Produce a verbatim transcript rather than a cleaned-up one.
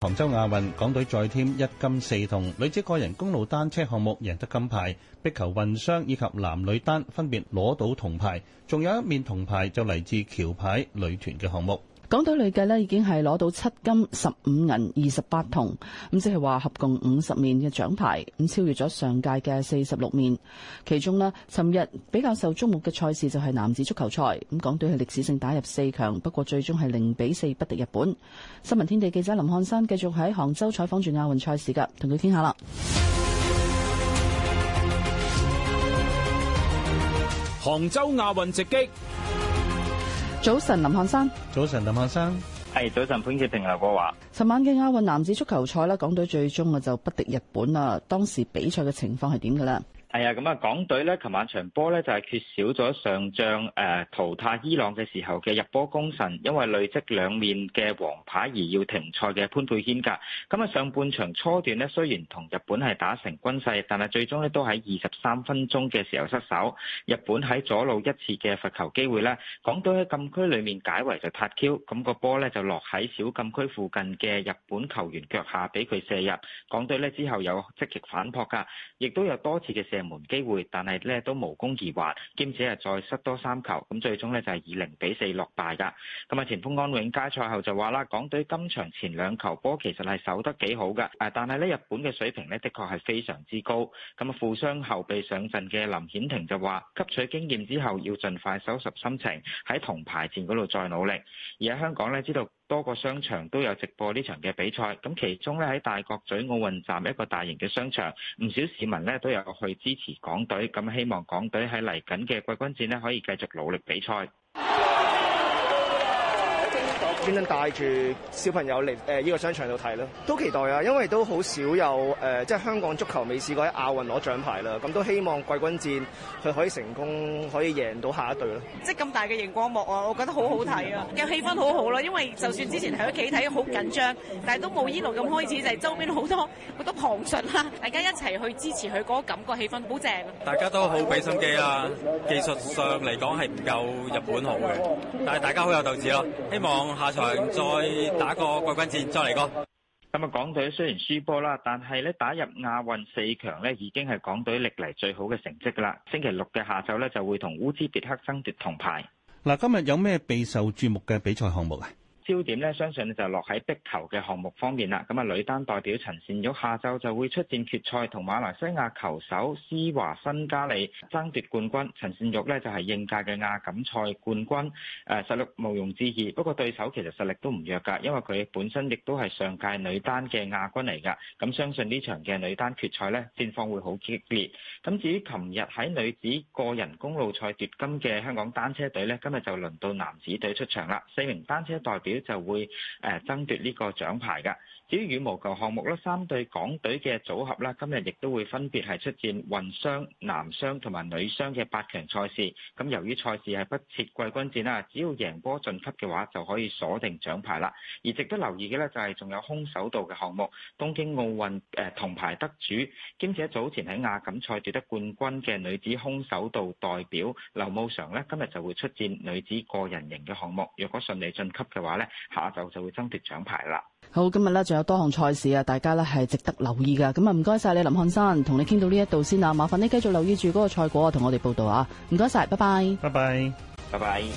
杭州亞運，港隊再添一金四銅，女子個人公路單車項目贏得金牌，壁球混雙以及男女單分別攞到銅牌，仲有一面銅牌就嚟自橋牌女團嘅項目。 港隊累計咧已經係攞到七金、十五銀、二十八銅，咁即係話合共五十面嘅獎牌，咁超越咗上屆嘅四十六面。其中呢，尋日比較受矚目嘅賽事就係男子足球賽，咁港隊係歷史性打入四強，不過最終係零比四不敵日本。新聞天地記者林漢山繼續喺杭州採訪住亞運賽事㗎，同佢傾下啦。 杭州亞運直擊。 早晨，林漢山。 早晨，林漢山。 係早晨，潘潔平劉國華。 尋晚嘅亞運男子足球賽啦，港隊最終啊就不敵日本啦。當時比賽嘅情況係點嘅咧？ 係啊，咁啊，港隊咧，琴晚場波咧就係缺少咗上仗誒淘汰伊朗嘅時候嘅入波功臣，因為累積兩面嘅黃牌而要停賽嘅潘佩軒噶。咁啊，上半場初段咧，雖然同日本係打成均勢，但係最終咧都喺二十三分鐘嘅時候失手。日本喺左路一次嘅罰球機會咧，港隊喺禁區裡面解圍就撻 Q， 咁個波咧就落喺小禁區附近嘅日本球員腳下，俾佢射入。港隊咧之後有積極反撲噶，亦都有多次嘅射門機會，但係咧都無功而還，兼且係再失多三球，咁最終咧就係以零比四落敗噶。咁啊，前鋒安永佳賽後就話啦，港隊今場前兩球波其實係守得幾好噶，誒，但係咧日本嘅水平咧的確係非常之高。咁啊，負傷後備上陣嘅林顯庭就話，吸取經驗之後要盡快收拾心情，喺銅牌戰嗰度再努力。而喺香港咧，知道多個商場都有直播呢場嘅比賽，咁其中咧喺大角咀奧運站一個大型嘅商場，唔少市民咧都有去支持港隊，咁希望港隊喺嚟緊嘅季軍戰咧可以繼續努力比賽。 專登帶住小朋友嚟誒呢個商場度睇咯，都期待啊！因為都好少有誒、呃，即係香港足球未試過喺亞運攞獎牌啦，咁都希望季軍戰佢可以成功，可以贏到下一隊咯。 即係咁大嘅熒光幕啊，我覺得好好睇啊，嘅氣氛好好啦。因為就算之前喺屋企睇好緊張，但係都冇依度咁開始，就係、是、周邊好多好多旁述啦，大家一齊去支持佢嗰個感覺氣氛好正啊！ 大家都好俾心機啊，技術上嚟講係唔夠日本好嘅，但係大家好有鬥志咯，希望下場再打個季軍戰，再嚟過。 咁啊，港隊雖然輸波啦，但係咧打入亞運四強咧，已經係港隊歷嚟最好嘅成績噶啦。星期六嘅下晝咧，就會同烏茲別克爭奪銅牌。 嗱，今日有咩備受注目嘅比賽項目啊？ 焦點咧，相信就落喺壁球嘅項目方面啦。咁啊，女單代表陳善玉下晝就會出戰決賽，同馬來西亞球手施華新加里爭奪冠軍。陳善玉呢就係應屆嘅亞錦賽冠軍，誒實力毋庸置疑。不過對手其實實力都唔弱㗎，因為佢本身亦都係上屆女單嘅亞軍嚟㗎。咁相信呢場嘅女單決賽呢，戰況會好激烈。咁至於琴日喺女子個人公路賽奪金嘅香港單車隊呢，今日就輪到男子隊出場啦。四名單車代表就會誒爭奪呢個獎牌㗎。至於羽毛球項目咧，三隊港隊嘅組合啦，今日亦都會分別係出戰混雙、男雙同埋女雙嘅八強賽事。咁由於賽事係不設季軍戰啦，只要贏波晉級嘅話，就可以鎖定獎牌啦。而值得留意嘅呢，就係仲有空手道嘅項目，東京奧運誒銅牌得主兼且早前喺亞錦賽奪得冠軍嘅女子空手道代表劉慕常呢，今日就會出戰女子個人型嘅項目。若果順利晉級嘅話呢，下晝就會爭奪獎牌啦。 好，今日呢仲有多項賽事啊，大家呢係值得留意噶。咁啊，唔該晒你林漢山，同你傾到呢一度先啊，麻煩你繼續留意住嗰個賽果，同我哋報道啊。唔該晒，拜拜， 拜拜， 拜拜。